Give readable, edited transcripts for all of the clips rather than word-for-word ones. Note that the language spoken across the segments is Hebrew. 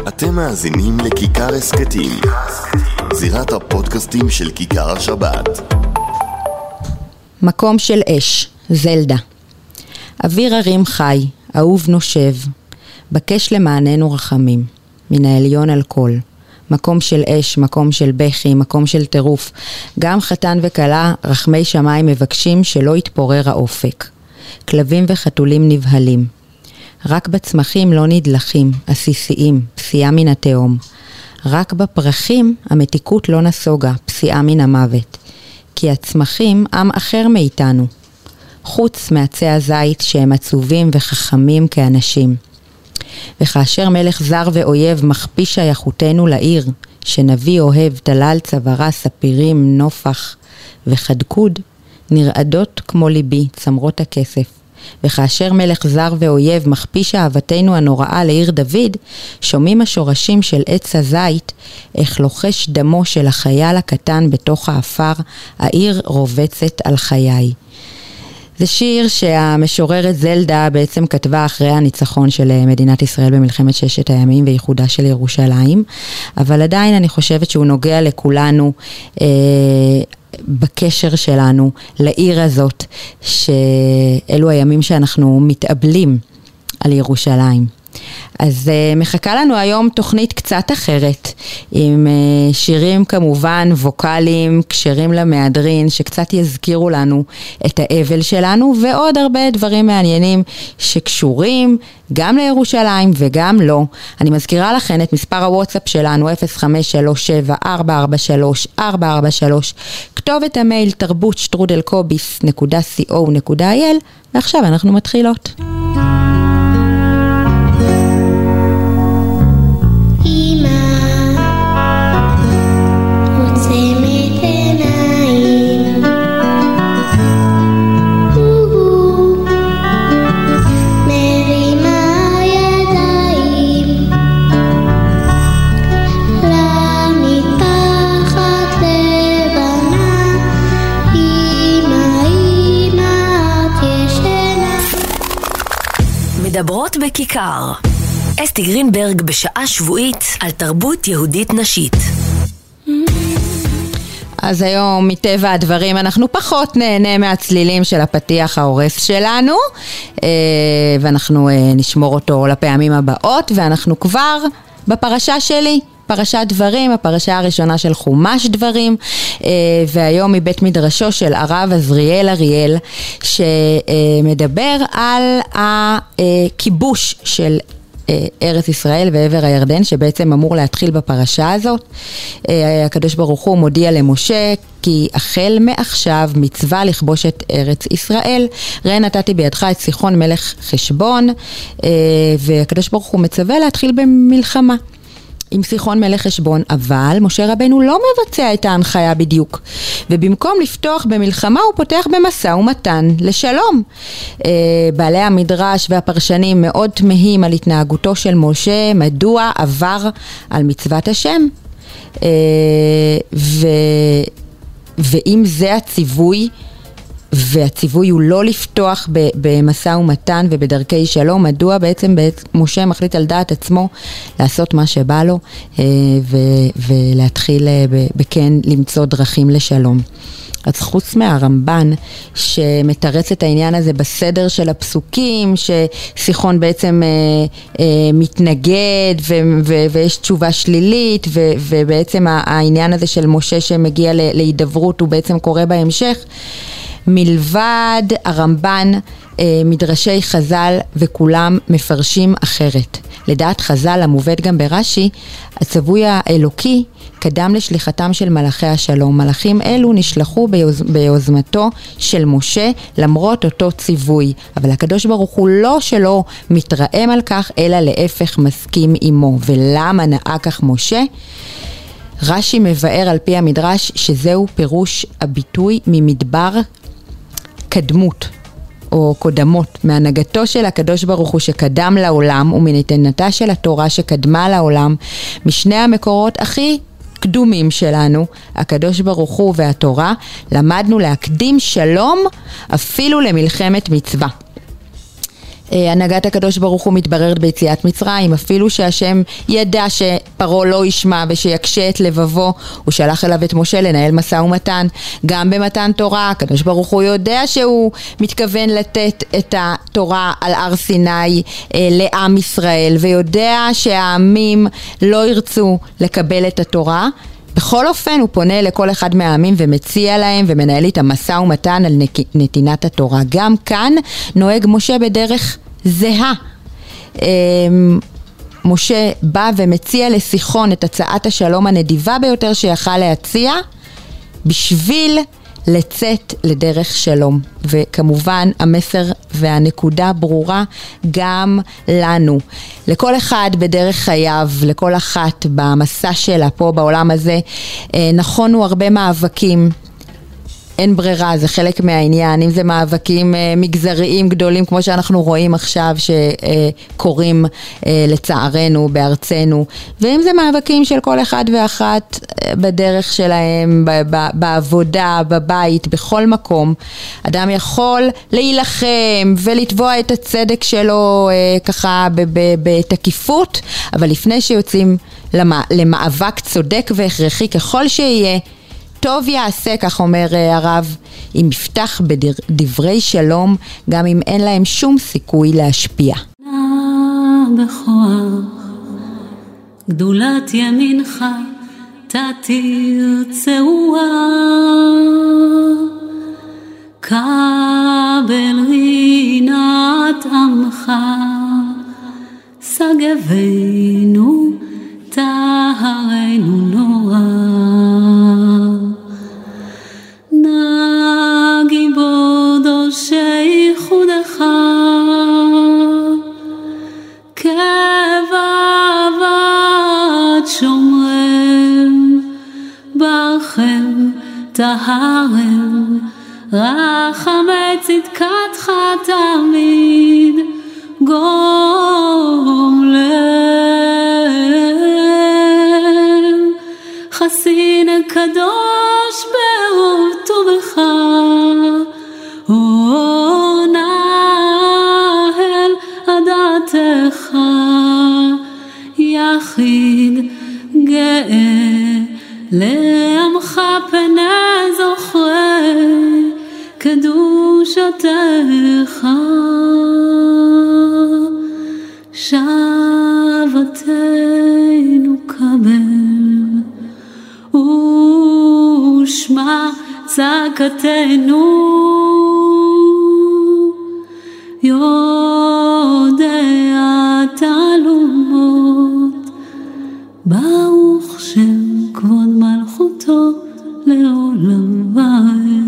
אתם מאזינים לכיכר הסקטים, זירת הפודקאסטים של כיכר השבת. מקום של אש, זלדה. אוויר הרים חי, אהוב נושב, בקש למעננו רחמים, מן העליון על כל. מקום של אש, מקום של בכי, מקום של טירוף. גם חתן וכלה, רחמי שמיים מבקשים שלא יתפורר האופק. כלבים וחתולים נבהלים. רק בצמחים לא נדלחים, עסיסיים, פסיעה מן התהום. רק בפרחים המתיקות לא נסוגה, פסיעה מן המוות. כי הצמחים עם אחר מאיתנו. חוץ מעצי הזית שהם עצובים וחכמים כאנשים. וכאשר מלך זר ואויב מכפיש שייכותנו לעיר, שנביא אוהב תלל צווארה ספירים נופח וחדקוד, נרעדות כמו ליבי צמרות הכסף. וכאשר מלך זר ואויב מכפיש אהבתנו הנוראה לעיר דוד, שומעים השורשים של עץ הזית, איך לוחש דמו של החייל הקטן בתוך האפר, העיר רובצת על חיי. זה שיר שהמשוררת זלדה בעצם כתבה אחרי הניצחון של מדינת ישראל במלחמת ששת הימים ואיחודה של ירושלים, אבל עדיין אני חושבת שהוא נוגע לכולנו בקשר שלנו לעיר הזאת, שאלו הימים שאנחנו מתאבלים על ירושלים. אז מחכה לנו היום תוכנית קצת אחרת, עם שירים כמובן, ווקלים, קשרים למהדרין, שקצת יזכירו לנו את האבל שלנו, ועוד הרבה דברים מעניינים שקשורים גם לירושלים וגם לא. אני מזכירה לכם את מספר הוואטסאפ שלנו, 0537-443-443, כתובת המייל תרבות@kobis.co.il, ועכשיו אנחנו מתחילות. מדברות בכיכר. אסתי גרינברג בשעה שבועית על תרבות יהודית נשית. אז היום מטבע הדברים אנחנו פחות נהנה מהצלילים של הפתיח ההורס שלנו, ואנחנו נשמור אותו לפעמים הבאות, ואנחנו כבר בפרשה שלי. פרשת דברים, הפרשה הראשונה של חומש דברים, והיום מבית מדרשו של הרב עזריאל אריאל, שמדבר על הכיבוש של ארץ ישראל ועבר הירדן, שבעצם אמור להתחיל בפרשה הזאת. הקדוש ברוך הוא מודיע למשה, כי החל מעכשיו מצווה לכבוש את ארץ ישראל. ראה נתתי בידך את סיחון מלך חשבון, והקדוש ברוך הוא מצווה להתחיל במלחמה עם סיחון מלך חשבון, אבל משה רבנו לא מבצע את ההנחיה בדיוק, ובמקום לפתוח במלחמה הוא פותח במשא ומתן לשלום. בעלי המדרש והפרשנים מאוד תמהים על התנהגותו של משה, מדוע עבר על מצוות השם, ואם זה הציווי, והציווי הוא לא לפתוח במשא ומתן ובדרכי שלום, מדוע בעצם משה מחליט על דעת עצמו לעשות מה שבא לו, ולהתחיל בכן למצוא דרכים לשלום. אז חוץ מהרמב"ן שמתרץ את העניין הזה בסדר של הפסוקים, שסיחון בעצם מתנגד ויש תשובה שלילית, ובעצם העניין הזה של משה שמגיע להידברות הוא בעצם קורה בהמשך, מלבד הרמב"ן, מדרשי חז"ל וכולם מפרשים אחרת. לדעת חז"ל המובאת גם ברש"י, הציווי האלוקי קדם לשליחתם של מלאכי השלום. מלאכים אלו נשלחו ביוזמתו של משה למרות אותו ציווי, אבל הקדוש ברוך הוא לא שלא מתרעם על כך, אלא להפך מסכים עמו. ולמה נאה כך משה? רש"י מבאר על פי המדרש שזהו פירוש הביטוי ממדבר קדמות או קודמות, מהנהגתו של הקדוש ברוך הוא שקדם לעולם ומנתנתה של התורה שקדמה לעולם, משני המקורות הכי קדומים שלנו, הקדוש ברוך הוא והתורה, למדנו להקדים שלום אפילו למלחמת מצווה. הנהגת הקדוש ברוך הוא מתבררת ביציאת מצרים, אפילו שהשם ידע שפרעה לא ישמע ושיקשה את לבבו, הוא שלח אליו את משה לנהל משא ומתן. גם במתן תורה, הקדוש ברוך הוא יודע שהוא מתכוון לתת את התורה על הר סיני לעם ישראל, ויודע שהעמים לא ירצו לקבל את התורה. בכל אופן הוא פונה לכל אחד מהעמים ומציע להם ומנהל איתם משא ומתן על נתינת התורה. גם כאן נוהג משה בדרך זהה. משה בא ומציע לסיחון את הצעת השלום הנדיבה ביותר שיכל להציע בשביל לצאת לדרך שלום. וכמובן המסר והנקודה ברורה גם לנו. לכל אחד בדרך חייו, לכל אחת במסע שלה פה בעולם הזה, נכונו הרבה מאבקים. אין ברירה, זה חלק מהעניין, אם זה מאבקים מגזריים גדולים כמו שאנחנו רואים עכשיו שקורים לצערנו בארצנו, ואם זה מאבקים של כל אחד ואחת בדרך שלהם, בעבודה, בבית, בכל מקום, אדם יכול להילחם ולתבוע את הצדק שלו ככה בתקיפות, אבל לפני שיוצאים למאבק צודק והכרחי ככל שיהיה, טוב יעשה, כך אומר הרב, אם יפתח בדברי שלום, גם אם אין להם שום סיכוי להשפיע. בכוח, גדולת ימינך תתיר צאוה, קבל רינת עמך, סגבנו טהרנו נורא. נגי בודו שייחודך כבבת שומרם בכם טהרם רחמי צדקתך תמיד גומלם חסין קדוש ברוב טובך נהל עדתך יחיד גאה לעמך פני זוכרי קדושתך שבתנו קבל ושמע צעקתנו יודע תעלומות ברוך שם כבוד מלכותו לעולם ועד.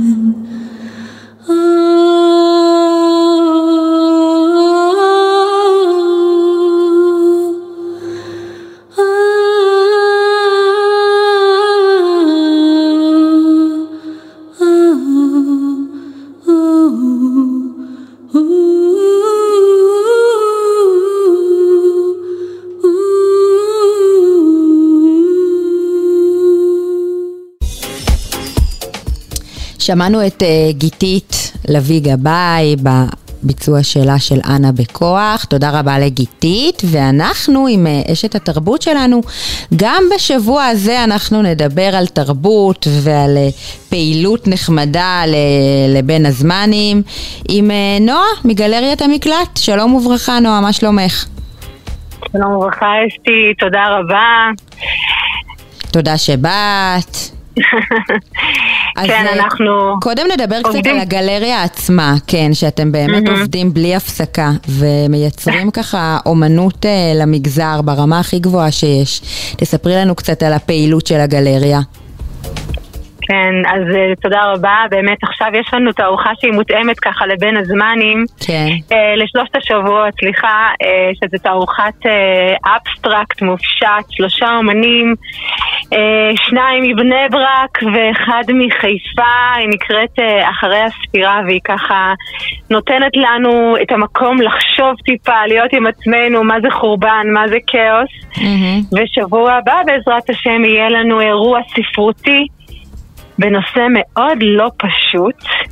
שמענו את גיתית לוי גבאי בביצוע שלה של אנה בכוח. תודה רבה לגיתית, ואנחנו עם אשת התרבות שלנו, גם בשבוע הזה אנחנו נדבר על תרבות ועל פעילות נחמדה לבין הזמנים עם נועה מגלריית המקלט. שלום וברכה נועה, מה שלומך? שלום וברכה אסתי, תודה רבה. תודה שבאת. כן, אנחנו קודם נדבר קצת על הגלריה עצמה, כן, שאתם באמת עובדים בלי הפסקה ומייצרים ככה אומנות למגזר ברמה הכי גבוהה שיש. תספרי לנו קצת על הפעילות של הגלריה. כן, אז תודה רבה. באמת עכשיו יש לנו תערוכה שהיא מותאמת ככה לבין הזמנים, כן. לשלושת השבועות, סליחה, שזה תערוכת אבסטרקט מופשט, 3 אומנים, 2 מבני ברק ואחד מחיפה. היא נקראת אחרי הספירה, והיא ככה נותנת לנו את המקום לחשוב טיפה, להיות עם עצמנו, מה זה חורבן, מה זה כאוס. ושבוע הבא בעזרת השם יהיה לנו אירוע ספרותי בנושא מאוד לא פשוט,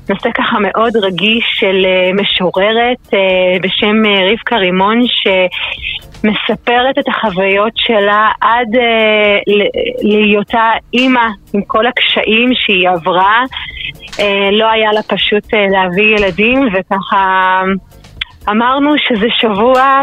נושא ככה מאוד רגיש של משוררת בשם רבקה רימון, שמספרת את החוויות שלה עד להיותה אימא עם כל הקשיים שהיא עברה. לא היה לה פשוט להביא ילדים, וככה אמרנו שזה שבוע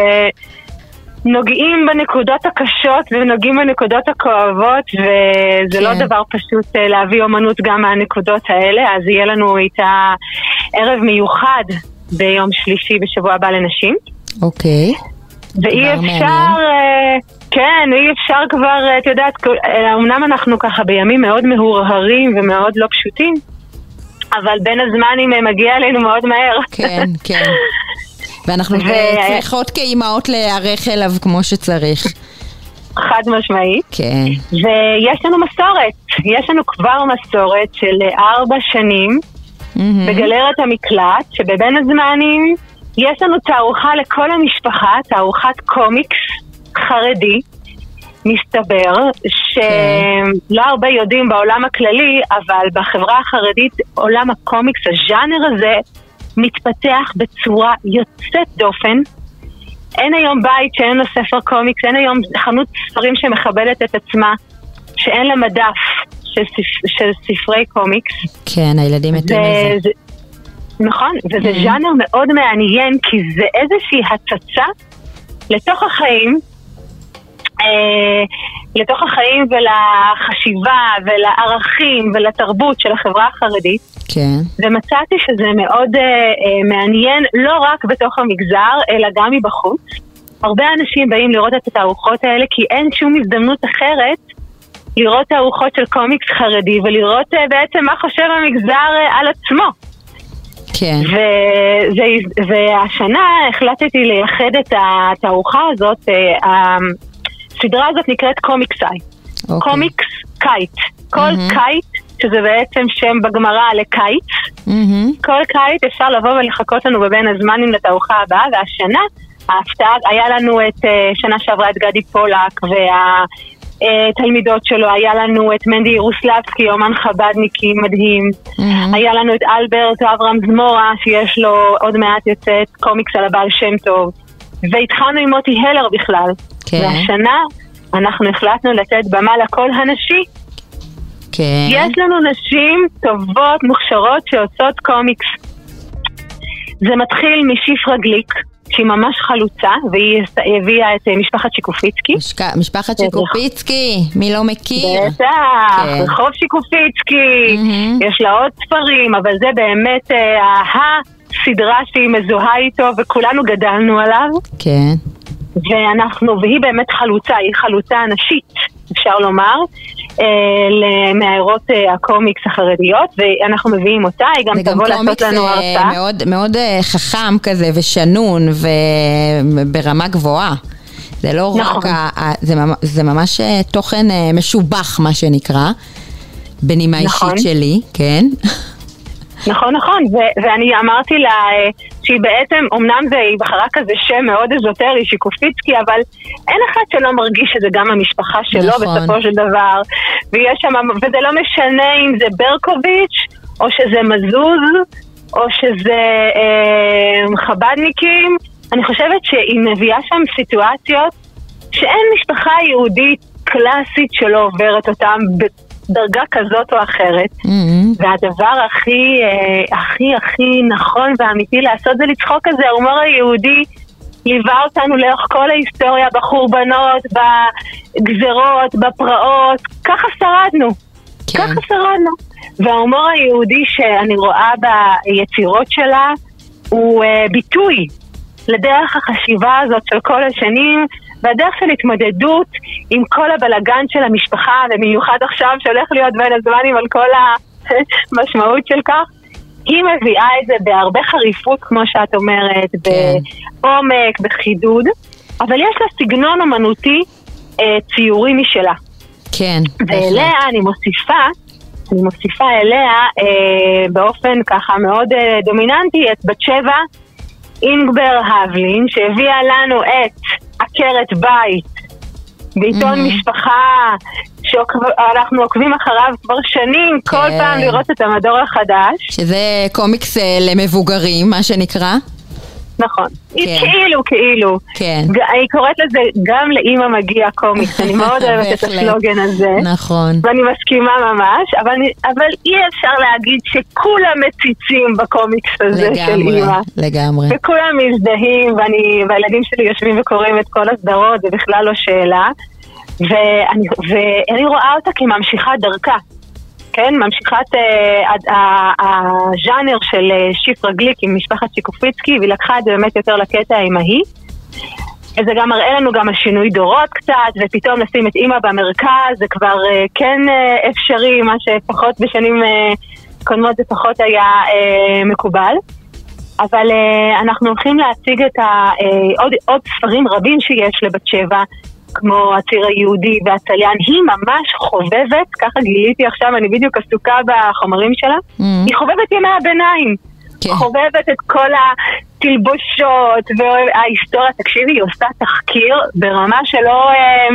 נוגעים בנקודות הקשות ונוגעים בנקודות הכואבות, וזה לא דבר פשוט להביא אומנות גם מהנקודות האלה. אז יהיה לנו איתה ערב מיוחד ביום שלישי בשבוע הבא לנשים. אוקיי. ואי אפשר, כן, אי אפשר כבר, את יודעת, אמנם אנחנו ככה בימים מאוד מהורהרים ומאוד לא פשוטים, אבל בין הזמנים מגיע אלינו מאוד מהר. כן, כן. ואנחנו צריכות כאימהות להיערך אליו כמו שצריך. חד משמעית. כן. ויש לנו מסורת. יש לנו כבר מסורת של 4 שנים בגלרת המקלט, שבבין הזמנים יש לנו תערוכה לכל המשפחה, תערוכת קומיקס חרדי. מסתבר שלא הרבה יודעים בעולם הכללי, אבל בחברה החרדית עולם הקומיקס, הז'אנר הזה, מתפתח בצורה יוצאת דופן. אין היום בית שאין לו ספר קומיקס, אין היום חנות ספרים שמכבדת את עצמה, שאין לה מדף של ספרי קומיקס. כן, הילדים מתים לזה. נכון, וזה ז'אנר מאוד מעניין, כי זה איזושהי הצצה לתוך החיים, לתוך החיים ולחשיבה ולערכים ולתרבות של החברה החרדית. כן. ומצאתי שזה מאוד מעניין, לא רק בתוך המגזר, אלא גם מבחוץ. הרבה אנשים באים לראות את התערוכות האלה, כי אין שום הזדמנות אחרת לראות תערוכות של קומיקס חרדי, ולראות בעצם מה חושב המגזר על עצמו. כן. והשנה החלטתי לייחד את התערוכה הזאת, הסדרה הזאת נקראת קומיקסאי. קומיקס קייט. כל קייט, שזה בעצם שם בגמרא לקיץ, כל קיץ אפשר לבוא ולחכות לנו בבין הזמנים לתערוכה הבאה, והשנה ההפתעה, היה לנו את שנה שעברה את גדי פולק והתלמידות שלו, היה לנו את מנדי ירוסלבסקי, אומן חבדניקי מדהים, היה לנו את אלברט אברהם זמורה, שיש לו עוד מעט יוצאת קומיקס על הבעל שם טוב, והתחלנו עם מוטי הלר בכלל. והשנה אנחנו החלטנו לתת במה לקול הנשי. כן. יש לנו נשים טובות, מוכשרות, שעושות קומיקס. זה מתחיל משיפרה גליק, שהיא ממש חלוצה, והיא הביאה את משפחת שיקופיצקי. משפחת שיקופיצקי, מי לא מכיר? בטח, רחוב שיקופיצקי, יש לה עוד ספרים, אבל זה באמת הסדרה שהיא מזוהה איתו, וכולנו גדלנו עליו. כן. והיא באמת חלוצה, היא חלוצה נשית, אפשר לומר, למאיירות הקומיקס החרדיות, ואנחנו מביאים אותה, היא גם תבוא לעשות לנו הרצאה. מאוד, מאוד חכם כזה ושנון וברמה גבוהה. זה לא רק, זה ממש תוכן משובח מה שנקרא, בנימה אישית שלי, כן? נכון, ואני אמרתי לה שהיא בעצם, אמנם היא בחרה כזה שם מאוד אזוטרי, שיקופיצקי, אבל אין אחד שלא מרגיש שזה גם המשפחה שלו בסופו של דבר, ויש שם, וזה לא משנה אם זה ברקוביץ', או שזה מזוז, או שזה חבדניקים. אני חושבת שהיא מביאה שם סיטואציות שאין משפחה יהודית קלאסית שלא עוברת אותם דרגה כזאת או אחרת. והדבר הכי נכון ואמיתי לעשות זה לצחוק כזה. ההומור היהודי ליווה אותנו לאורך כל ההיסטוריה, בחורבנות, בגזרות, בפרעות. ככה שרדנו. ככה שרדנו. וההומור היהודי שאני רואה ביצירות שלה הוא ביטוי לדרך החשיבה הזאת של כל השנים, והדרך של התמודדות עם כל הבלגן של המשפחה, ובמיוחד עכשיו שהולך להיות בין הזמנים על כל המשמעות של כך. היא מביאה את זה בהרבה חריפות, כמו שאת אומרת, בעומק, בחידוד, אבל יש לה סגנון אומנותי ציורי משלה. כן. ואליה אני מוסיפה אליה באופן ככה מאוד דומיננטי את בת שבע אינגבר הבלין, שהביאה לנו את עקרת בית בעיתון משפחה שאנחנו עוקבים אחריו כבר שנים, כל פעם לראות את המדור החדש. שזה קומיקס למבוגרים, מה שנקרא. נכון, כאילו. היא קוראת לזה גם לאמא מגיע קומיקס, אני מאוד אוהבת את הסלוגן הזה. נכון. ואני מסכימה ממש, אבל אי אפשר להגיד שכולם מציצים בקומיקס הזה של אמא. לגמרי. וכולם מזדהים, והילדים שלי יושבים וקוראים את כל הסדרות, זה בכלל לא שאלה. ואני רואה אותה כממשיכת דרכה. כן, ממשיכת הז'אנר של שיפרה גליק עם משפחת שיקופיצקי, והיא לקחה את זה באמת יותר לקטע האמהי. זה גם מראה לנו גם השינוי דורות קצת, ופתאום לשים את אמא במרכז, זה כבר כן אפשרי, מה שפחות בשנים קודמות זה פחות היה מקובל. אבל אנחנו הולכים להציג את עוד ספרים רבים שיש לבת שבע, כמו הציר היהודי והצליין, היא ממש חובבת, ככה גיליתי עכשיו, אני בדיוק עסוקה בחומרים שלה, היא חובבת ימי הביניים, חובבת את כל התלבושות וההיסטוריה, תקשיבי, היא עושה תחקיר ברמה שלא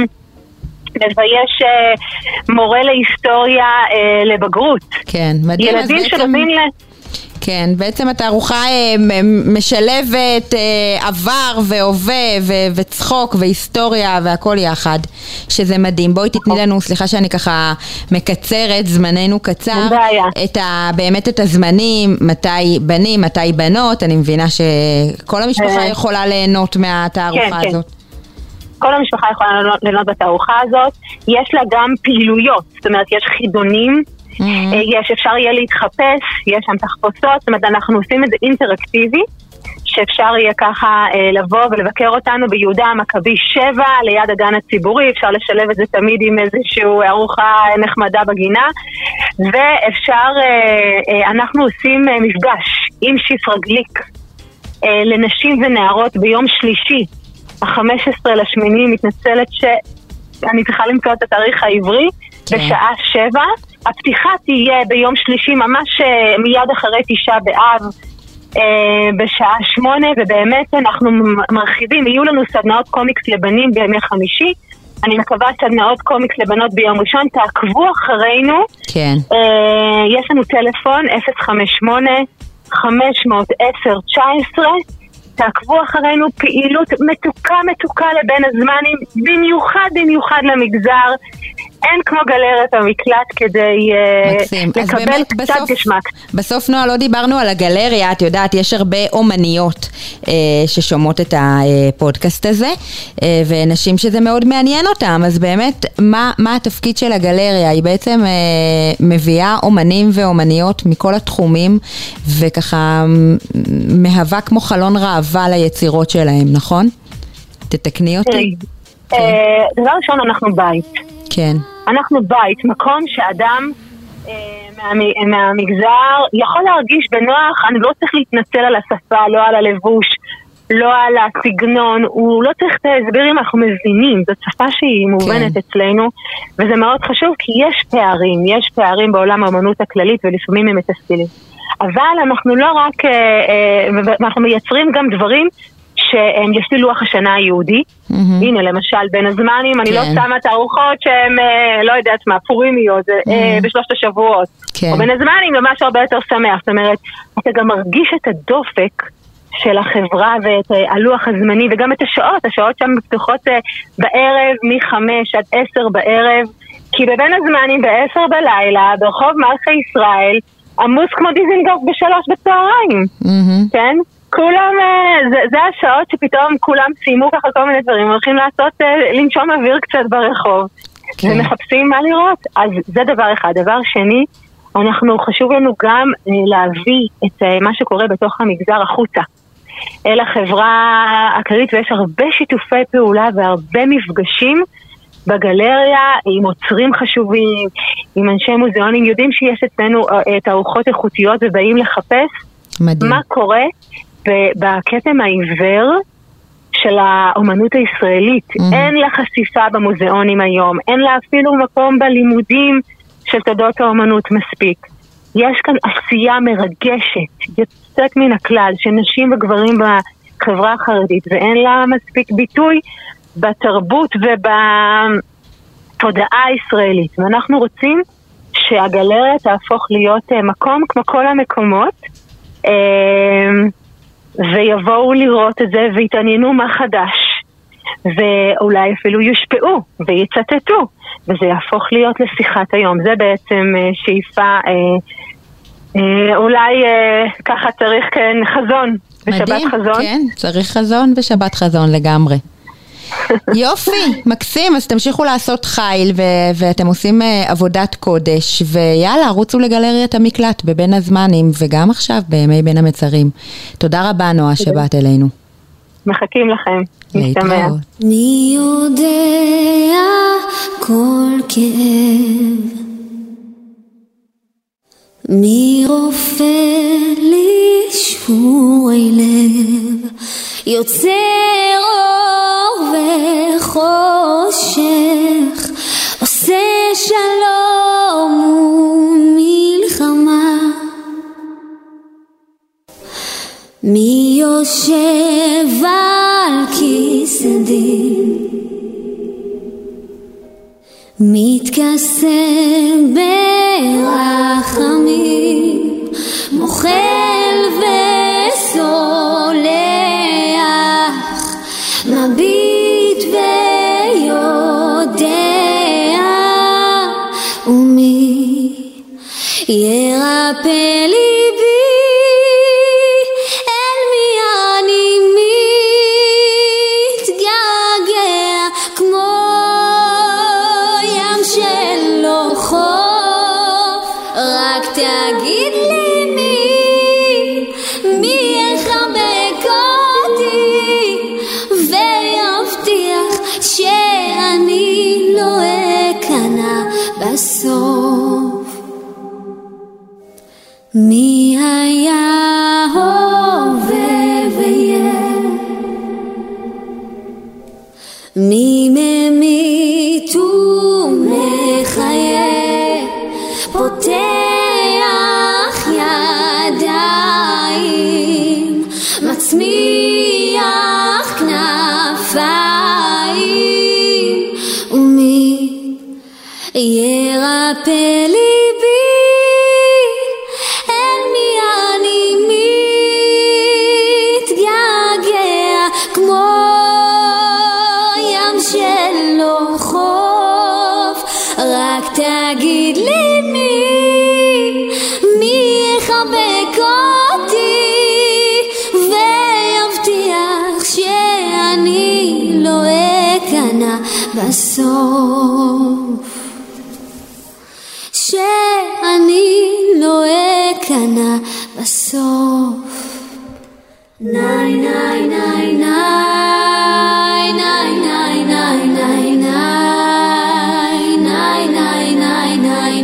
מבייש מורה להיסטוריה לבגרות. כן, מדהים. ילדים שלבים כן, בעצם התערוכה משלבת עבר והווה וצחוק והיסטוריה והכל יחד, שזה מדהים. בואי תתני לנו, סליחה שאני ככה מקצרת, זמננו קצר, באמת את הזמנים, מתי בנים, מתי בנות, אני מבינה שכל המשפחה יכולה ליהנות מהתערוכה הזאת. כל המשפחה יכולה ליהנות בתערוכה הזאת, יש לה גם פעילויות, זאת אומרת יש חידונים, יש, אפשר יהיה להתחפש, יש שם תחפושות, זאת אומרת אנחנו עושים את זה אינטראקטיבי, שאפשר יהיה ככה לבוא ולבקר אותנו ביהודה המכבי 7 ליד הגן הציבורי, אפשר לשלב את זה תמיד עם איזשהו ארוחה נחמדה בגינה, ואפשר, אנחנו עושים מפגש עם שיפרה גליק לנשים ונערות ביום שלישי, ה-15 לשמיני, מתנצלת שאני צריכה למצוא את התאריך העברי, בשעה 7, הפתיחה תהיה ביום שלישי ממש מיד אחרי 9 באב בשעה 8, ובאמת אנחנו מרחיבים, יהיו לנו סדנאות קומיקס לבנים בימי חמישי, אני מקווה סדנאות קומיקס לבנות ביום ראשון, תעקבו אחרינו, כן. יש לנו טלפון 058-510-19, תעקבו אחרינו, פעילות מתוקה לבין הזמנים, במיוחד למגזר, אין כמו גלריית המקלט כדי לקבל קצת גשמק. בסוף נועה לא דיברנו על הגלריה, את יודעת, יש הרבה אומניות ששומעות את הפודקאסט הזה, ונשים שזה מאוד מעניין אותם, אז באמת, מה התפקיד של הגלריה? היא בעצם מביאה אומנים ואומניות מכל התחומים, וככה מהווה כמו חלון ראווה ליצירות שלהם, נכון? תתקני אותי. דבר ראשון, אנחנו בית. כן. אנחנו בית, מקום שאדם מהמגזר יכול להרגיש בנוח, אני לא צריך להתנצל על השפה, לא על הלבוש, לא על הסגנון, הוא לא צריך את ההסברים, אנחנו מבינים, זאת שפה שהיא מובנת אצלנו, וזה מאוד חשוב כי יש פערים בעולם האמנות הכללית ולפעמים הם מתסכלים. אבל אנחנו לא רק, אנחנו מייצרים גם דברים שהם יש לי לוח השנה היהודי, הנה למשל בין הזמנים, אני לא שמה תערוכות שהן, לא יודעת מה, פורימיות, בשלושת השבועות, או בין הזמנים ממש הרבה יותר שמח, זאת אומרת, אתה גם מרגיש את הדופק של החברה ואת הלוח הזמני, וגם את השעות שם מפתוחות בערב, מ-5 עד 10 בערב, כי בבין הזמנים ב-10 בלילה, ברחוב מלכי ישראל, עמוס כמו דיזינגוף ב-3 בצהריים, כן? כולם, זה השעות שפתאום כולם סיימו ככה כל מיני דברים, הולכים לנשום אוויר קצת ברחוב, ומחפשים מה לראות. אז זה דבר אחד. דבר שני, חשוב לנו גם להביא את מה שקורה בתוך המגזר החוצה, אל החברה הכללית, ויש הרבה שיתופי פעולה והרבה מפגשים בגלריה עם עוצרים חשובים, עם אנשי מוזיאונים, יודעים שיש אצלנו תערוכות איכותיות ובאים לחפש מדהים. מה קורה בכתם העיוור של האומנות הישראלית. אין לה חשיפה במוזיאונים היום, אין לה אפילו מקום בלימודים של תולדות האומנות מספיק. יש כאן עשייה מרגשת, יוצאת מן הכלל, של נשים וגברים בחברה החרדית, ואין לה מספיק ביטוי בתרבות התודעה הישראלית, ואנחנו רוצים שהגלריה תהפוך להיות מקום כמו כל המקומות, ויבואו לראות את זה ויתעניינו מה חדש, ואולי אפילו יושפעו ויצטטו, וזה יהפוך להיות לשיחת היום. זה בעצם שאיפה, אולי ככה צריך כן חזון, בשבת חזון. כן, צריך חזון בשבת חזון לגמרי. יופי, מקסים, אז תמשיכו לעשות חיל ואתם עושים עבודת קודש, ויאללה, רוצו לגלריית המקלט בבין הזמנים, וגם עכשיו בימי בין המצרים. תודה רבה נועה שבאת אלינו. מחכים לכם. להתראות. מי יודע כל כאב, מי רופא לי שבורי לב, יוצר אור וחושך, עושה שלום ומלחמה. מי יושב על כיסא דין, מתכסה ברחמים, מוחל וסולח, מביט ויודע, ומי ירפא ליבי, אל מי אני מתגעגע, כמו ים שלא חוף, רק תגיד לי מי יחבק אותי ויבטיח שאני לא אכנע בסוף. מי היה הווה ויהיה, מי ממית ומחיה, פותח ידיים, מצמיח כנפיים, ומי ירפא ליבי, אל מי אני מתגעגע, כמו ים שלא חוף, רק תגיד לי מי יחבק אותי ויבטיח שאני לא אכנע בסוף, שאני לא אכנע בסוף. ניי ניי ניי ניי ניי ניי ניי ניי ניי ניי ניי ניי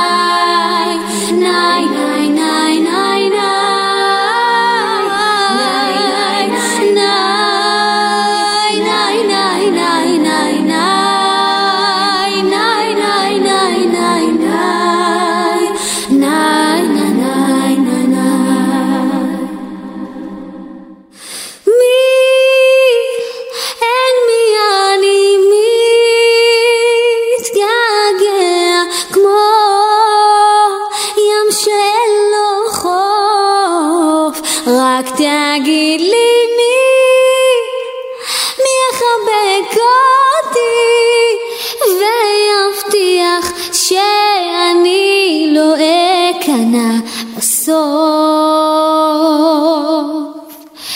רק תגיד לי מי יחבק אותי ויבטיח שאני לא אכנע בסוף,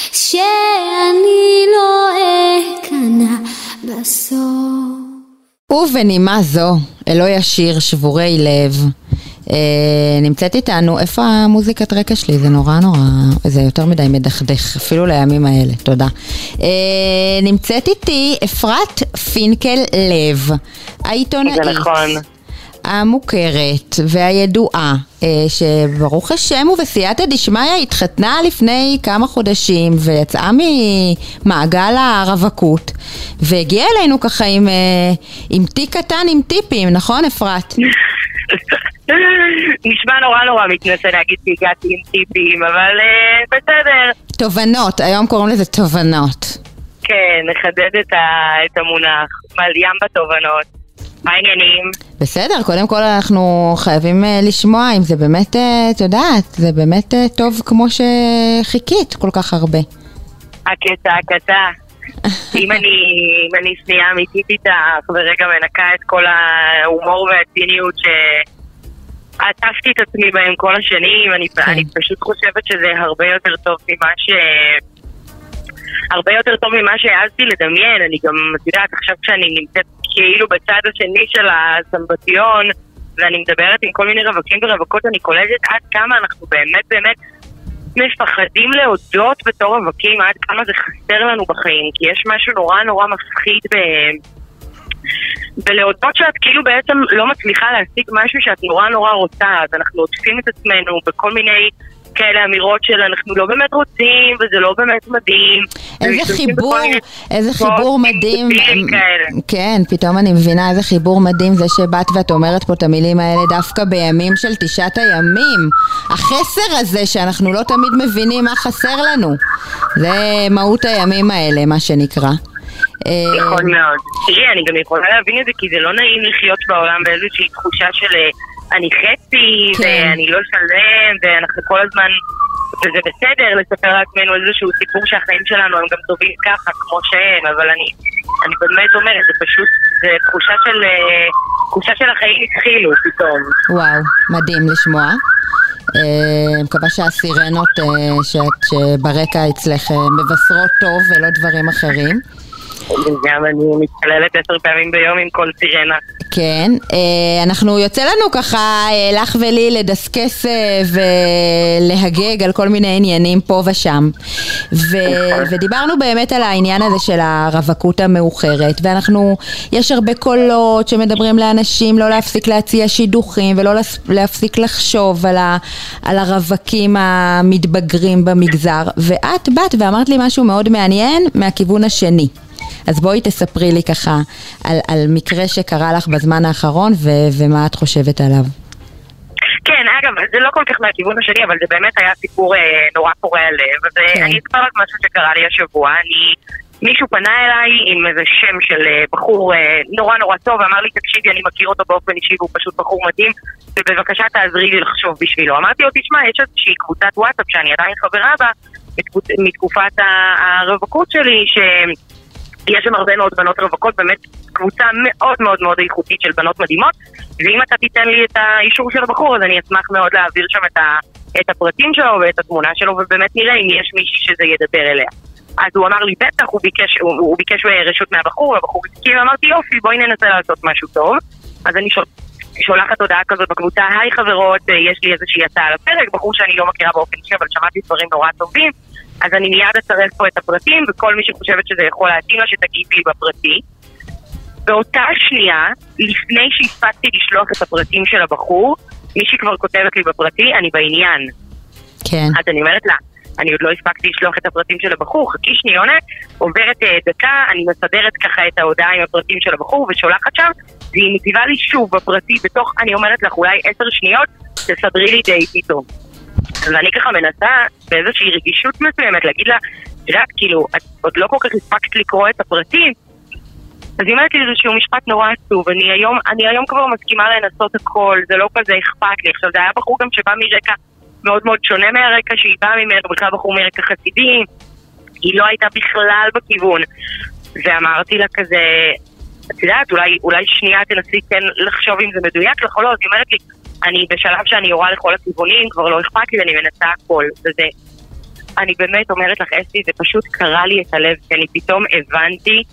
שאני לא אכנע בסוף. ובנימה זו, אלוהי השיר שבורי לב, נמצאת איתנו, איפה המוזיקת רקע שלי? זה נורא, זה יותר מדי מדכדך, אפילו לימים האלה, תודה. נמצאת איתי אפרת פינקל לב, העיתונאית. זה נכון. המוכרת והידועה, שברוך השם ובסייעתא דשמיא התחתנה לפני כמה חודשים ויצאה ממעגל הרווקות והגיעה אלינו ככה עם תיק קטן עם טיפים, נכון אפרת? נשמע נורא מתנסה להגיד שהגעתי עם טיפים, אבל בסדר. תובנות, היום קוראים לזה תובנות. כן, נחדד את המונח, ים בתובנות. מה העניינים? בסדר, קודם כל אנחנו חייבים לשמוע אם זה באמת, את יודעת, זה באמת טוב כמו שחיכית כל כך הרבה. הקטע. אם אני שנייה אמיתית איתך ורגע מנקה את כל ההומור והציניות שעטפתי את עצמי בהם כל השנים, אני פשוט חושבת שזה הרבה יותר טוב ממה שהעזתי לדמיין. אני גם, את יודעת, עכשיו כשאני נמצאת כאילו בצד השני של הסמבטיון ואני מדברת עם כל מיני רווקים ורווקות, אני קולטת עד כמה אנחנו באמת מפחדים להודות בתור רווקים, עד כמה זה חסר לנו בחיים, כי יש משהו נורא מפחיד בלהודות שאת כאילו בעצם לא מצליחה להשיג משהו שאת נורא רוצה. אז אנחנו עוטפים את עצמנו בכל מיני כאלה אמירות של אנחנו לא באמת רוצים וזה לא באמת מדהים. איזה חיבור מדהים. כן, פתאום אני מבינה איזה חיבור מדהים זה שבאת ואת אומרת פה את המילים האלה דווקא בימים של 9 הימים. החסר הזה שאנחנו לא תמיד מבינים מה חסר לנו. זה מהות הימים האלה, מה שנקרא. נכון מאוד. תראי, אני גם יכולה להבין את זה כי זה לא נעים לחיות בעולם באיזושהי תחושה של אני חצי ואני לא שלם ואנחנו כל הזמן, וזה בסדר לספר לעצמנו איזשהו סיפור שהחיים שלנו הם גם טובים ככה כמו שהם, אבל אני באמת אומרת, זה פשוט, זה תחושה של החיים התחילו פתאום. וואו, מדהים לשמוע. מקווה שהסירנות שברקע אצלך מבשרות טוב ולא דברים אחרים. גם אני מתפללת 10 פעמים ביום עם כל סירנה. כן, אנחנו יוצא לנו ככה לך ולי לדסקס ולהגג על כל מיני עניינים פה ושם ודיברנו באמת על העניין הזה של הרווקות המאוחרת, ואנחנו, יש הרבה קולות שמדברים לאנשים לא להפסיק להציע שידוכים ולא להפסיק לחשוב על הרווקים המתבגרים במגזר, ואת באת ואמרת לי משהו מאוד מעניין מהכיוון השני. אז בואי תספרי לי ככה על מקרה שקרה לך בזמן האחרון ומה את חושבת עליו. כן, אגב, זה לא כל כך מהכיוון השני, אבל זה באמת היה סיפור נורא קורע לב. ואני אספר לך משהו שקרה לי השבוע. מישהו פנה אליי עם איזה שם של בחור נורא טוב, ואמר לי, תקשיבי, אני מכיר אותו באופן אישי, והוא פשוט בחור מדהים, ובבקשה תעזרי לי לחשוב בשבילו. אמרתי לו, תשמע, יש איזושהי קבוצת וואטסאפ שאני עדיין חברה בה, מתקופת הרווקות שלי, יש שם הרבה מאוד בנות רווקות, באמת קבוצה מאוד איכותית של בנות מדהימות, ואם אתה תיתן לי את האישור של הבחור, אז אני אשמח מאוד להעביר שם את הפרטים שלו ואת התמונה שלו, ובאמת נראה אם יש מישהי שזה ידבר אליה. אז הוא אמר לי, בטח, הוא ביקש רשות מהבחור, הבחור הסכים, אמרתי, יופי, בואי ננסה לעשות משהו טוב. אז אני שולחת הודעה כזאת בקבוצה, היי חברות, יש לי איזושהי הצעה על הפרק, בחור שאני לא מכירה באופן אישי, אבל שמעתי דברים נורא טובים, אז אני מיד אצרף פה את הפרטים, וכל מי שחושבת שזה יכול להתאים לה, שתגיב לי בפרטי. באותה שנייה, לפני שהספקתי לשלוח את הפרטים של הבחור, מישהי כבר כותבת לי בפרטי, אני בעניין. כן. אז אני אומרת לה, אני עוד לא הספקתי לשלוח את הפרטים של הבחור, חכי שניונת, עוברת דקה, אני מסדרת ככה את ההודעה עם הפרטים של הבחור, ושולחת שם, והיא מציבה לי שוב בפרטי, בתוך, אני אומרת לך, אולי 10 שניות, תסדרי לי דייט איתו. ואני ככה מנסה באיזושהי רגישות מסוימת להגיד לה, תראה, כאילו, את עוד לא כל כך הספקת לקרוא את הפרטים, אז היא אומרת לי איזשהו משפט נורא עצוב, אני היום כבר מסכימה לנסות הכל, זה לא כזה אכפת לי. עכשיו, זה היה בחור גם שבא מרקע מאוד שונה מהרקע שהיא באה ממנו, בכלל בחור מרקע חסידי, היא לא הייתה בכלל בכיוון. ואמרתי לה כזה, את יודעת, אולי שנייה תנסי כן לחשוב אם זה מדויק לך או לא, אז היא אומרת לי, אני בשלב שאני יורה לכל הכיוונים, כבר לא אכפת לי, אני מנסה הכל. וזה, אני באמת אומרת לך, אסתי, זה פשוט קרה לי את הלב, כי אני פתאום הבנתי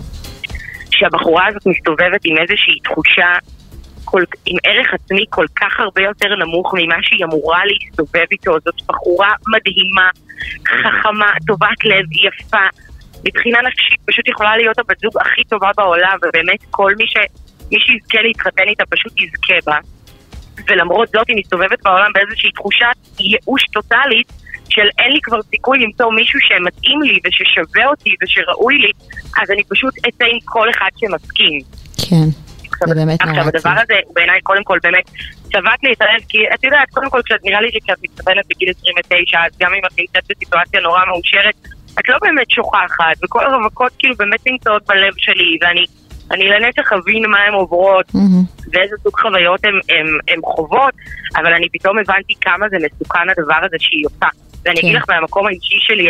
שהבחורה הזאת מסתובבת עם איזושהי תחושה, עם ערך עצמי כל כך הרבה יותר נמוך ממה שהיא אמורה להסתובב איתו. זאת בחורה מדהימה, חכמה, טובת לב, יפה, מבחינה נפשית, פשוט יכולה להיות הבת זוג הכי טובה בעולם, ובאמת כל מי שיזכה להתחתן איתה פשוט יזכה בה. ולמרות זאת היא מסתובבת בעולם באיזושהי תחושת ייאוש טוטלית של אין לי כבר סיכוי למצוא מישהו שמתאים לי וששווה אותי ושראוי לי, אז אני פשוט אצא עם כל אחד שמסכים. כן, זה באמת נורא. עכשיו הדבר הזה הוא בעיניי קודם כל באמת צבט לי את הלב, כי את יודעת, קודם כל נראה לי שכשאת מתכוונת בגיל 29, אז גם אם את נמצאת בסיטואציה נורא מאושרת, את לא באמת שוכחת, וכל הרווקות כאילו באמת נמצאות בלב שלי, ואני אני לנצח אבין מה הן עוברות, ואיזה סוג חוויות הן חוות, אבל אני פתאום הבנתי כמה זה מסוכן הדבר הזה שהיא עושה. ואני אגיד לך מהמקום האישי שלי,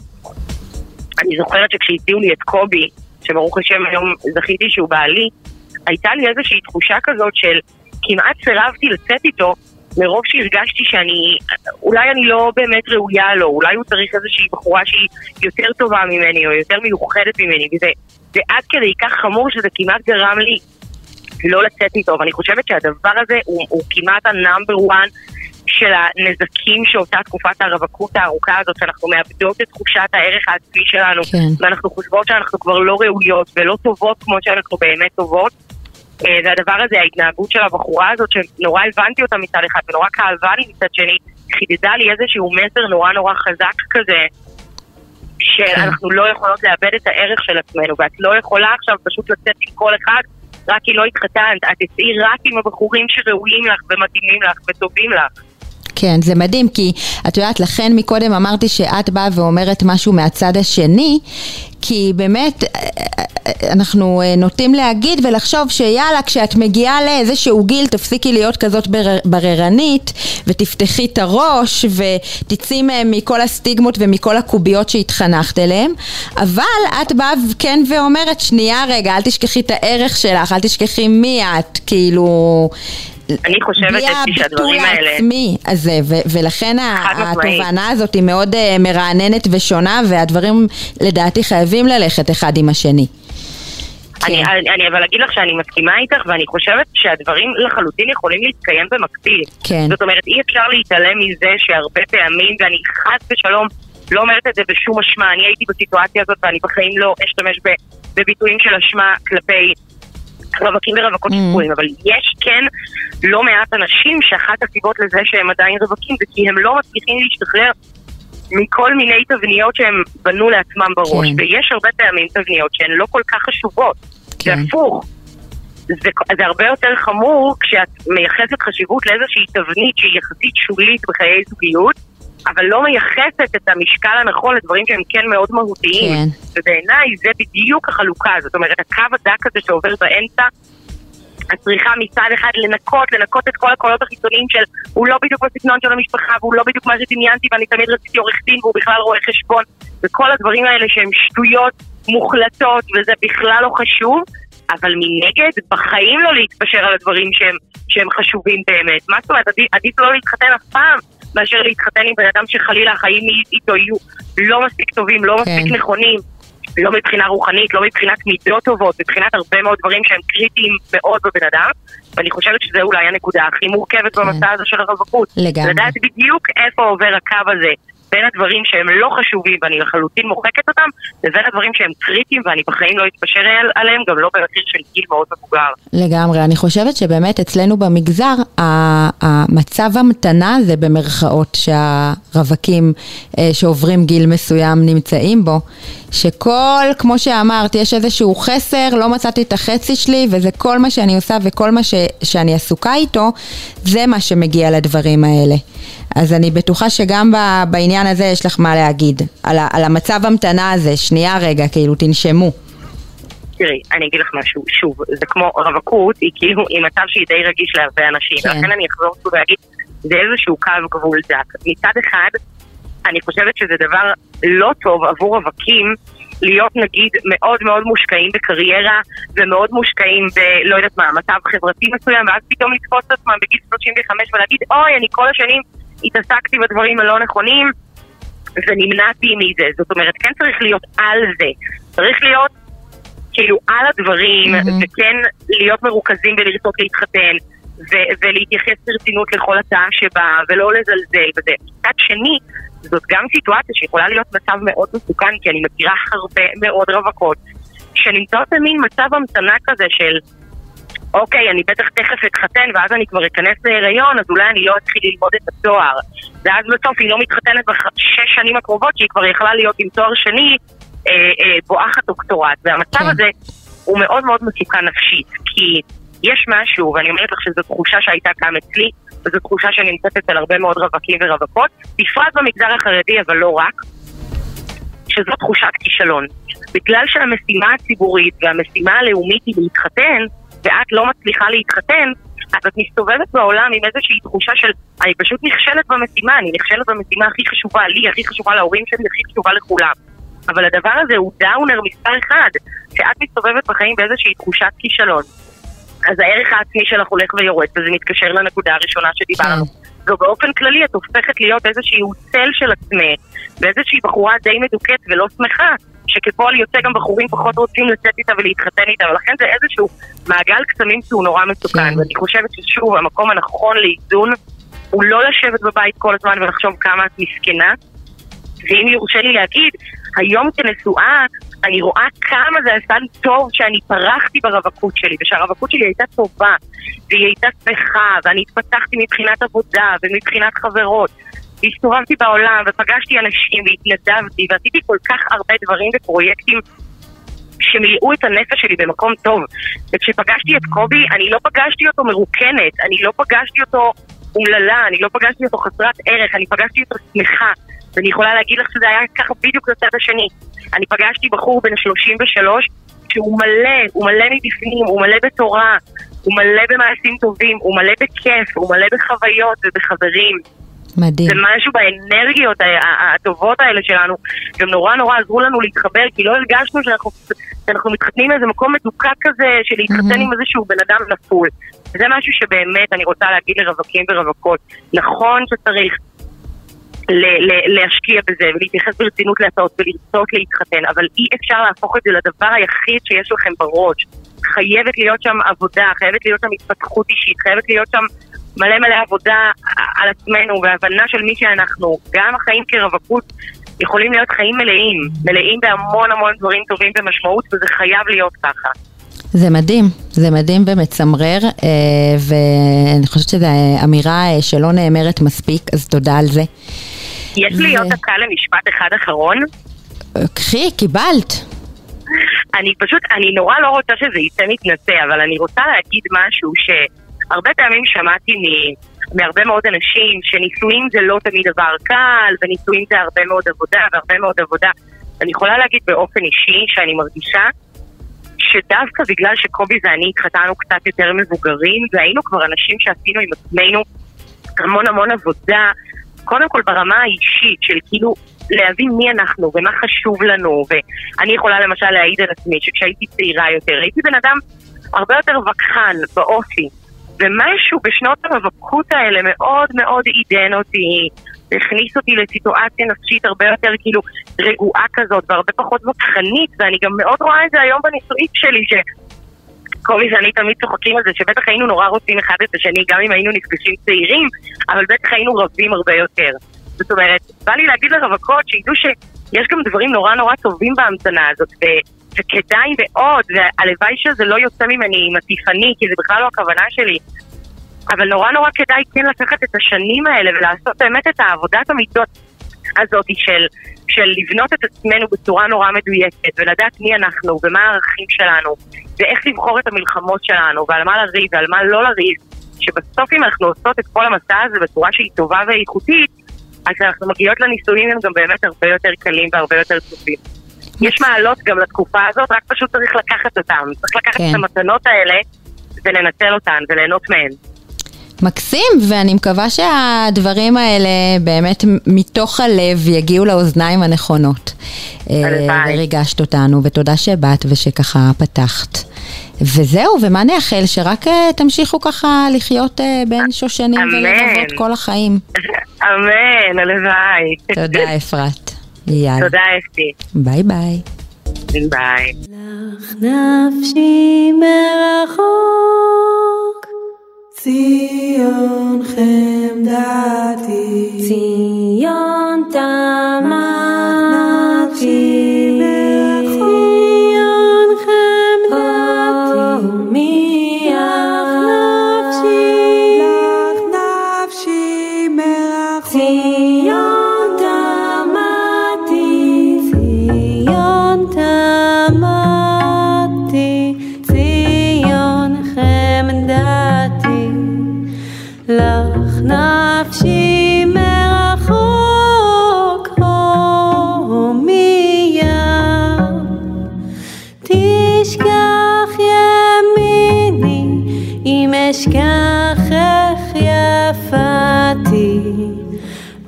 אני זוכרת שכשהציעו לי את קובי, שברוך השם היום זכיתי שהוא בעלי, הייתה לי איזושהי תחושה כזאת של כמעט סירבתי לצאת איתו, מרוב שהרגשתי אולי אני לא באמת ראויה לו, אולי הוא צריך איזושהי בחורה שהיא יותר טובה ממני, או יותר מיוחדת ממני, וזה עד כדי כך חמור שזה כמעט גרם לי לא לצאת איתו, ואני חושבת שהדבר הזה הוא כמעט הנאמבר 1 של הנזקים שאותה תקופת הרווקות הארוכה הזאת, שאנחנו מאבדות את תחושת הערך העצמי שלנו, ואנחנו חושבות שאנחנו כבר לא ראויות ולא טובות כמו שאנחנו באמת טובות, והדבר הזה, ההתנהגות של הבחורה הזאת, שנורא הבנתי אותה מצד אחד, ונורא כאבה לי מצד שני, חידדה לי איזשהו מסר נורא נורא חזק כזה, שאנחנו לא יכולות לאבד את הערך של עצמנו, ואת לא יכולה עכשיו פשוט לצאת עם כל אחד, רק כי לא התחתנת, את תצאי רק עם הבחורים שראויים לך ומתאימים לך וטובים לך. כן, זה מדהים, כי את יודעת, לכן מקודם אמרתי שאת באה ואומרת משהו מהצד השני, כי באמת אנחנו נוטים להגיד ולחשוב שיאללה, כשאת מגיעה לאיזשהו גיל, תפסיקי להיות כזאת בררנית, ותפתחי את הראש, ותצאי מכל הסטיגמות ומכל הקוביות שהתחנכת אליהם, אבל את באה כן ואומרת, שנייה רגע, אל תשכחי את הערך שלך, אל תשכחי מי את, כאילו... אני חושבת שהדברים האלה... עצמי הזה, ולכן התובנה הזאת היא מאוד מרעננת ושונה, והדברים לדעתי חייבים ללכת אחד עם השני. אני אבל אגיד לך שאני מסכימה איתך, ואני חושבת שהדברים לחלוטין יכולים להתקיים במקביל. זאת אומרת, אי אפשר להתעלם מזה שהרבה פעמים, ואני חס ושלום לא אומרת את זה בשום אשמה, אני הייתי בסיטואציה הזאת ואני בחיים לא אשתמש בביטויים של אשמה כלפי רווקים ורווקות שפויים, אבל יש כן לא מעט אנשים שאחת הסיבות לזה שהם עדיין רווקים זה כי הם לא מצליחים להשתחרר מכל מיני תבניות שהם בנו לעצמם בראש, ויש הרבה פעמים תבניות שהן לא כל כך חשובות, זה הפוך, זה הרבה יותר חמור כשאת מייחסת חשיבות לאיזושהי תבנית שהיא יחסית שולית בחיי זוגיות, אבל לא מייחסת את המשקל הנכון לדברים שהם כן מאוד מהותיים, ובעיניי זה בדיוק החלוקה, זאת אומרת הקו הדק הזה שעובר באמצע, את צריכה מצד אחד לנקות את כל הקולות החיצוניים של הוא לא בדיוק בסגנון של המשפחה, והוא לא בדיוק מה שדמיינתי, ואני תמיד רציתי עורך דין, והוא בכלל רואה חשבון, וכל הדברים האלה שהם שטויות מוחלטות, וזה בכלל לא חשוב, אבל מנגד, בחיים לא להתפשר על הדברים שהם חשובים באמת. מה זאת אומרת, עדיף לא להתחתן אף פעם, מאשר להתחתן עם בן אדם שחלילה החיים איתו יהיו לא מספיק טובים, לא מספיק נכונים, לא מבחינה רוחנית, לא מבחינת מידות טובות, מבחינת הרבה מאוד דברים שהם קריטיים מאוד בבן אדם, ואני חושבת שזה אולי הנקודה הכי מורכבת במסע הזה של הרווקות. לדעת בדיוק איפה עובר הקו הזה, בין הדברים שהם לא חשובים ואני לחלוטין מוחקת אותם, לבין הדברים שהם קריטיים ואני בחיים לא אתפשר עליהם, גם לא במחיר של גיל מאוד מבוגר. לגמרי, אני חושבת שבאמת אצלנו במגזר, המצב המתנה זה במרכאות שהרווקים שעוברים גיל מסוים נמצאים בו, שכל, כמו שאמרת, יש איזשהו חסר, לא מצאתי את החצי שלי, וזה כל מה שאני עושה וכל מה שאני עסוקה איתו, זה מה שמגיע לדברים האלה. אז אני בטוחה שגם בעניין הזה יש לך מה להגיד, על המצב המתנה הזה, שנייה רגע, כאילו תנשמו. תראי, אני אגיד לך משהו, שוב, זה כמו רווקות, היא כאילו, היא מצב שהיא די רגיש להרבה אנשים, לכן אני אחזור שוב להגיד, זה איזשהו קו גבול דק. מצד אחד, אני חושבת שזה דבר לא טוב עבור רווקים, להיות נגיד מאוד מאוד מושקעים בקריירה, ומאוד מושקעים לא יודעת מה, מצב חברתי מסוים, ואז פתאום לתפוס את עצמם בגיל 35 ולהגיד, אוי, אני כל השנים התעסקתי בדברים הלא נכונים, ונמנעתי מזה. זאת אומרת, כן צריך להיות על זה. צריך להיות כאילו על הדברים, וכן להיות מרוכזים ולרצות להתחתן, ולהתייחס ברצינות לכל הצעה שבא, ולא לזלזל בזה. מצד שני, זאת גם סיטואציה שיכולה להיות מצב מאוד מסוכן, כי אני מכירה הרבה מאוד רווקות, שנמצאות במין מצב המתנה כזה של אוקיי, אני בטח תכף אתחתן, ואז אני כבר אכנס להיריון, אז אולי אני לא אתחיל ללמוד את התואר. ואז בסוף היא לא מתחתנת ב6 שנים הקרובות, שהיא כבר יכלה להיות עם תואר שני, בואחת דוקטורט. והמצב הזה הוא מאוד מאוד מסוכן נפשית, כי יש משהו, ואני אומרת לך שזו תחושה שהייתה כאן אצלי, וזו תחושה שנמצאת אצל הרבה מאוד רווקים ורווקות, בפרט במגזר החרדי, אבל לא רק, שזו תחושת כישלון. בגלל שהמשימה הציבורית והמשימה הלאומית היא להתחתן, ואת לא מצליחה להתחתן, אז את מסתובבת בעולם עם איזושהי תחושה של אני פשוט נכשלת במשימה, אני נכשלת במשימה הכי חשובה לי, הכי חשובה להורים שלי, הכי חשובה לכולם. אבל הדבר הזה הוא דאונר מספר אחד, שאת מסתובבת בחיים באיזושהי תחושת כישלון. אז הערך העצמי שלך הולך ויורד, וזה מתקשר לנקודה הראשונה שדיברנו. ובאופן כללי את הופכת להיות איזשהו צל של עצמך, ואיזושהי בחורה די מדוקת ולא שמחה, שכפועל יוצא גם בחורים פחות רוצים לצאת איתה ולהתחתן איתה, ולכן זה איזשהו מעגל קסמים שהוא נורא מסוכן, ואני חושבת ששוב, המקום הנכון לאיזון הוא לא לשבת בבית כל הזמן ולחשוב כמה את מסכנה, ואם יורשה לי להגיד, היום כנשואה אני רואה כמה זה עשה לי טוב שאני פרחתי ברווקות שלי, ושהרווקות שלי הייתה טובה, והיא הייתה שמחה, ואני התפתחתי מבחינת עבודה ומבחינת חברות, והסתובבתי בעולם ופגשתי אנשים והתנדבתי ועשיתי כל כך הרבה דברים ופרויקטים שמילאו את הנפש שלי במקום טוב. וכשפגשתי את קובי, אני לא פגשתי אותו מרוקנת, אני לא פגשתי אותו אומללה, אני לא פגשתי אותו חסרת ערך, אני פגשתי אותו שמחה, ואני יכולה להגיד לך שזה היה ככה בדיוק לצד השני. אני פגשתי בחור בן 33 שהוא מלא, הוא מלא מבפנים, הוא מלא בתורה, הוא מלא במעשים טובים, הוא מלא בכיף, הוא מלא בחוויות ובחברים. מדהים. זה משהו באנרגיות הטובות האלה שלנו, גם נורא נורא עזרו לנו להתחבר, כי לא הרגשנו שאנחנו מתחתנים מאיזה מקום מדוקה כזה, של להתחתן עם איזשהו בן אדם נפול. זה משהו שבאמת אני רוצה להגיד לרווקים ורווקות. נכון שצריך להשקיע בזה ולהתייחס ברצינות להצעות ולרצות להתחתן, אבל אי אפשר להפוך את זה לדבר היחיד שיש לכם בראש. חייבת להיות שם עבודה, חייבת להיות שם התפתחות אישית, חייבת להיות שם מלא מלא עבודה על עצמנו והבנה של מי שאנחנו. גם החיים כרווקות יכולים להיות חיים מלאים, מלאים בהמון המון דברים טובים ומשמעות, וזה חייב להיות ככה. זה מדהים ומצמרר, ואני חושבת שזו אמירה שלא נאמרת מספיק, אז תודה על זה. יש לי עוד דקה למשפט אחד אחרון. קחי, קיבלת. אני נורא לא רוצה שזה יצא מתנשא, אבל אני רוצה להגיד משהו שהרבה פעמים שמעתי מהרבה מאוד אנשים שנישואים זה לא תמיד דבר קל, ונישואים זה הרבה מאוד עבודה והרבה מאוד עבודה. אני יכולה להגיד באופן אישי שאני מרגישה שדווקא בגלל שקובי ואני התחתנו קצת יותר מבוגרים, והיינו כבר אנשים שעשינו עם עצמנו המון המון עבודה, קודם כל ברמה האישית של כאילו להבין מי אנחנו ומה חשוב לנו. ואני יכולה למשל להעיד על עצמי שכשהייתי צעירה יותר, הייתי בן אדם הרבה יותר וכחן באופי, ומשהו בשנות הרווקות האלה מאוד מאוד עידן אותי, הכניס אותי לסיטואציה נפשית הרבה יותר כאילו רגועה כזאת והרבה פחות וכחנית, ואני גם מאוד רואה את זה היום בנישואים שלי, שקובי ואני תמיד צוחקים על זה שבטח היינו נורא רוצים אחד את השני גם אם היינו נפגשים צעירים, אבל בטח היינו רבים הרבה יותר. זאת אומרת, בא לי להגיד לרווקות שידעו שיש גם דברים נורא נורא טובים בהמתנה הזאת, וכדאי מאוד, והלוואי שזה לא יוצא ממני מטיפני, כי זה בכלל לא הכוונה שלי, אבל נורא נורא כדאי כן לקחת את השנים האלה ולעשות באמת את העבודת המידות הזאת של לבנות את עצמנו בצורה נורא מדויקת ולדעת מי אנחנו ומה הערכים שלנו ואיך לבחור את המלחמות שלנו ועל מה לריב ועל מה לא לריב, שבסוף אם אנחנו עושות את כל המסע הזה בצורה שהיא טובה ואיכותית, אז אנחנו מגיעות לנישואים הם גם באמת הרבה יותר קלים והרבה יותר טובים. יש מעלות גם לתקופה הזאת, רק פשוט צריך לקחת אותם, צריך לקחת את המתנות האלה ולנצל אותן וליהנות מהן. מקסים, ואני מקווה שהדברים האלה באמת מתוך הלב יגיעו לאוזניים הנכונות. וריגשת אותנו, ותודה שבאת ושככה פתחת. וזהו, ומה נאחל? שרק תמשיכו ככה לחיות בין שושנים ולבבות כל החיים. אמן, הלוואי. תודה אפרת. יאללה. תודה אפתי. ביי ביי. ביי. לך נפשי מרחוק, ציון חמדתי, ציון תמתי מרחוק, ציון חמדתי ומיח נפשי, לך נפשי מרחוק, ציון תמתי, ציון תמתי, ציון חמדתי, לך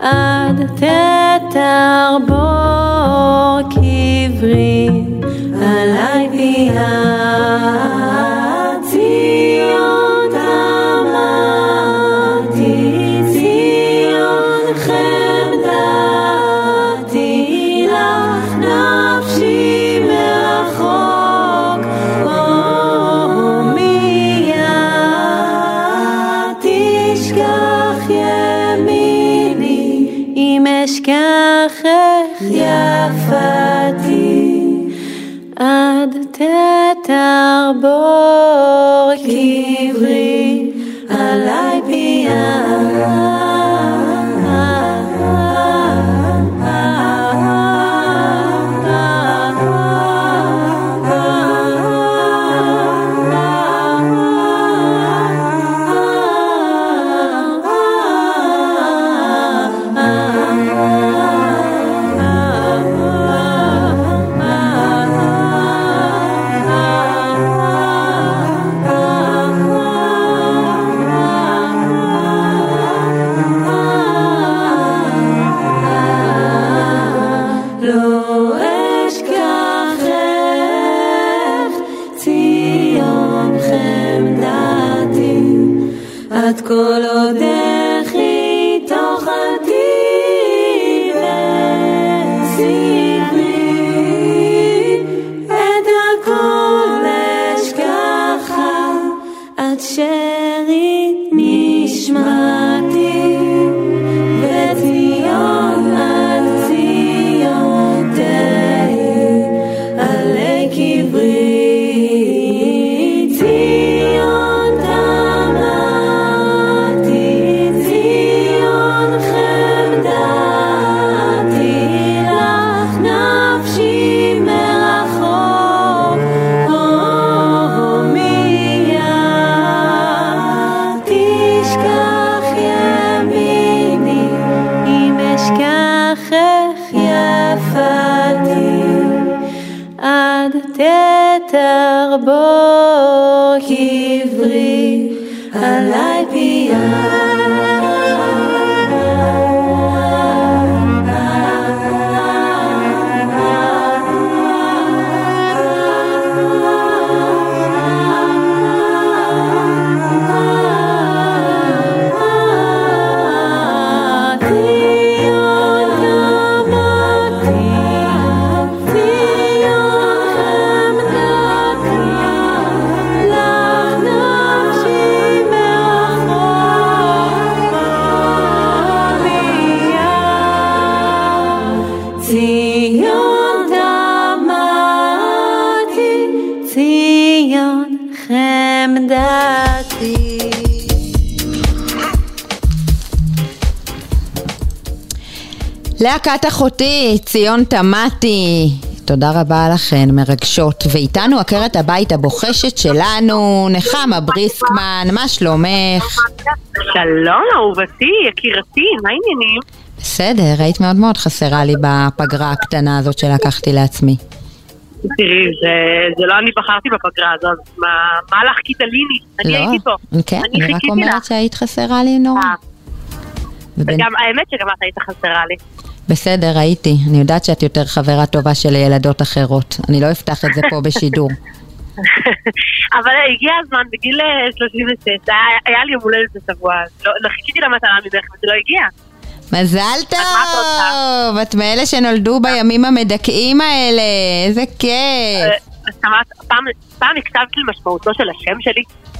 עד תתרבור קברי עלי ביד ציון תמתי ציון חמדתי לך נפשי מרחוק מיד תשכח ימיני אם אשכחך יפתי עד תתרבור קברי עלי ביד עד כל עודך תאכלתי וספרי את הכל אשכחה עד שארית נשמתי וציון על ציון תהי עלי קברי תתרבור קברי עלי ביד להקת אחותי, ציון תמתי, תודה רבה לכן, מרגשות. ואיתנו עקרת הבית הבוחשת שלנו, נחמה בריסקמן, מה שלומך? שלום אהובתי, יקירתי, מה העניינים? בסדר, היית מאוד מאוד חסרה לי בפגרה הקטנה הזאת שלקחתי לעצמי. תראי, זה לא אני בחרתי בפגרה הזאת, מה לך קיטליני? אני הייתי פה. כן, אני רק אומרת שהיית חסרה לי נורא. וגם האמת שגם את היית חסרה לי. בסדר, הייתי. אני יודעת שאת יותר חברה טובה של ילדות אחרות. אני לא אפתח את זה פה בשידור. אבל הגיע הזמן, בגיל 36, היה לי יום הולדת בשבוע, לא חיכיתי למתנה ממך וזה לא הגיע. מזל טוב! את מאלה שנולדו בימים המדכאים האלה, איזה כיף. פעם הקשבתי למשמעותו של השם שלי.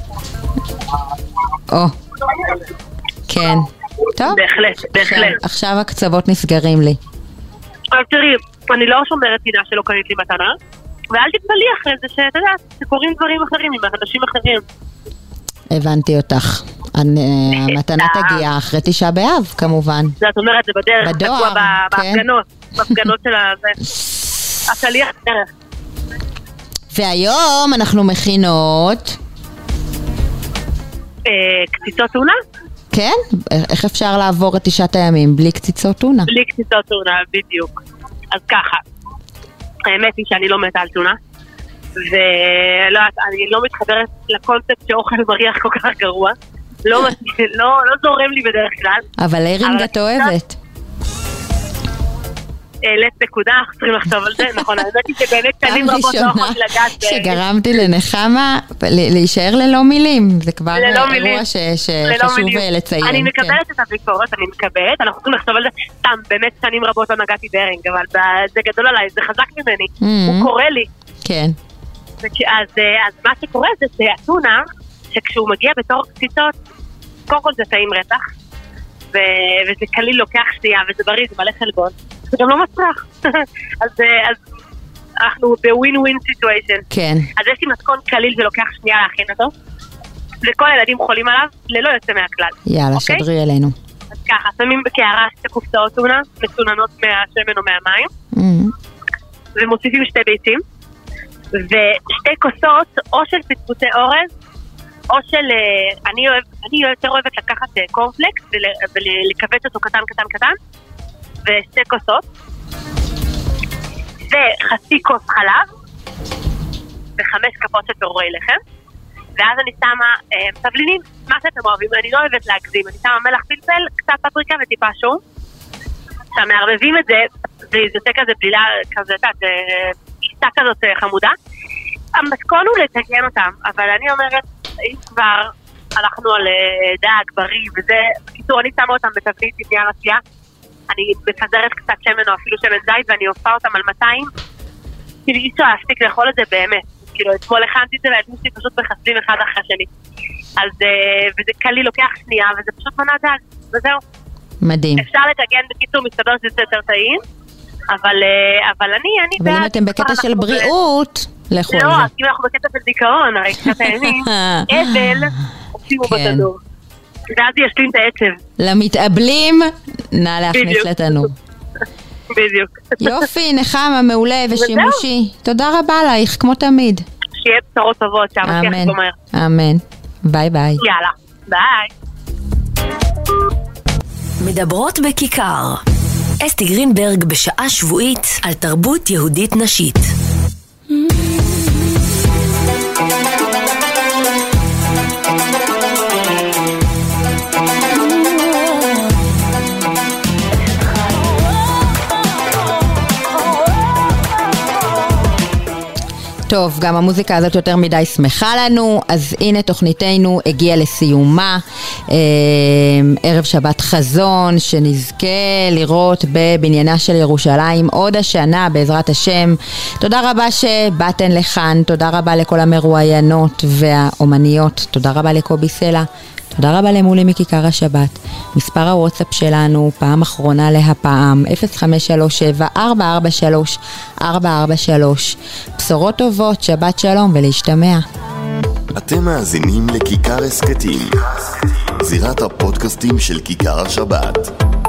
כן. טוב. בהחלט. עכשיו הקצוות נסגרים לי. אז תראי, אני לא שומרת פינה שלא קנית לי מתנה, ואל תתבלי אחרי זה שאתה יודע, שקורים דברים אחרים עם אנשים אחרים. הבנתי אותך. המתנה תגיע אחרי 9 באב, כמובן. זאת אומרת, זה בדרך, בדואר, בהפגנות של הזה. השליח דרך. והיום אנחנו מכינות... קציצות טונה? כן? איך אפשר לעבור את 9 הימים בלי קציצות טונה? בלי קציצות טונה, בדיוק. אז ככה, האמת היא שאני לא מתה על טונה, ואני לא מתחברת לקונספט שאוכל מריח כל כך גרוע. לא זורם לי בדרך כלל. אבל אירינג את אוהבת. העלית נקודה, אנחנו צריכים לחשוב על זה, נכון, האמת היא שבאמת שנים רבות לא יכולתי לגעת. שגרמתי לנחמה להישאר ללא מילים, זה כבר אירוע שחשוב לציין. אני מקבלת את הביקורת, אני מקבלת, אנחנו צריכים לחשוב על זה, סתם, באמת שנים רבות לא נגעתי ברינג, אבל זה גדול עליי, זה חזק ממני, הוא קורא לי. כן. אז מה שקורה זה שאתונה, שכשהוא מגיע בתור קציצות, קודם כל זה טעים רתח, וזה קליל לוקח שנייה, וזה בריא, זה מלא חלבון, זה גם לא מצרח. אז אנחנו ב-win-win situation. כן. אז יש לי מתכון קליל ולוקח שנייה להכין אותו, וכל הילדים חולים עליו, ללא יוצא מהכלל. יאללה, שדרי אלינו. אז ככה, שמים בקערה 2 קופסאות טונה, מצוננות מהשמן או מהמים, ומוסיפים 2 ביצים, ו2 כוסות או של פצפוצי אורז, או של, אני יותר אוהבת לקחת קורנפלקס ולקבץ אותו קטן קטן קטן, ו2 כוסות, וחצי כוס חלב, ו5 כפות של פירורי לחם, ואז אני שמה תבלינים, מה שאתם אוהבים, אני לא אוהבת להגזים, אני שמה מלח פלפל, קצת פפריקה וטיפה שום, עכשיו מערבבים את זה, וזה יוצא כזה בלילה, כזה, שיטה כזאת חמודה, המתכון הוא לתקן אותם, אבל אני אומרת, אם כבר הלכנו על דג, בריא וזה, בקיצור, אני שמה אותם בתבנית עם נייר עשייה, אני מפזרת קצת שמן או אפילו שמן זית, ואני אופה אותם על 200, כאילו אי אפשר להספיק לאכול את זה באמת, כאילו אתמול הכנתי את זה והילדים שלי פשוט מחסלים אחד אחרי שני, אז וזה קלי לוקח שנייה, וזה פשוט מנה דג, וזהו. מדהים. אפשר לתגן בקיצור, מסתבר שזה יותר טעים, אבל אני אבל אם אתם בקטע של בריאות, לכו על זה. לא, אם אנחנו בקטע של דיכאון, הרי קצת הימים, אבל עושימו בתנור. ואז ישלים את העצב. למתאבלים, נא להכניס לתנור. בדיוק. יופי, נחמה, מעולה ושימושי. תודה רבה עלייך, כמו תמיד. שיהיה בשורות טובות, שהמשיח גומר. אמן. ביי ביי. יאללה, ביי. מדברות בכיכר. אסתי גרינברג בשעה שבועית על תרבות יהודית נשית. טוב, גם המוזיקה הזאת יותר מדי שמחה לנו, אז הנה תוכניתנו הגיעה לסיומה, ערב שבת חזון, שנזכה לראות בבניינה של ירושלים עוד השנה בעזרת השם. תודה רבה שבאתן לכאן, תודה רבה לכל המרואיינות והאומניות, תודה רבה לקובי סלע, תודה רבה למולי מכיכר השבת. מספר הוואטסאפ שלנו, פעם אחרונה להפעם, 0537-443-443. בשורות טובות, שבת שלום ולהשתמע. אתם מאזינים לכיכר הסקטים, זירת הפודקאסטים של כיכר השבת.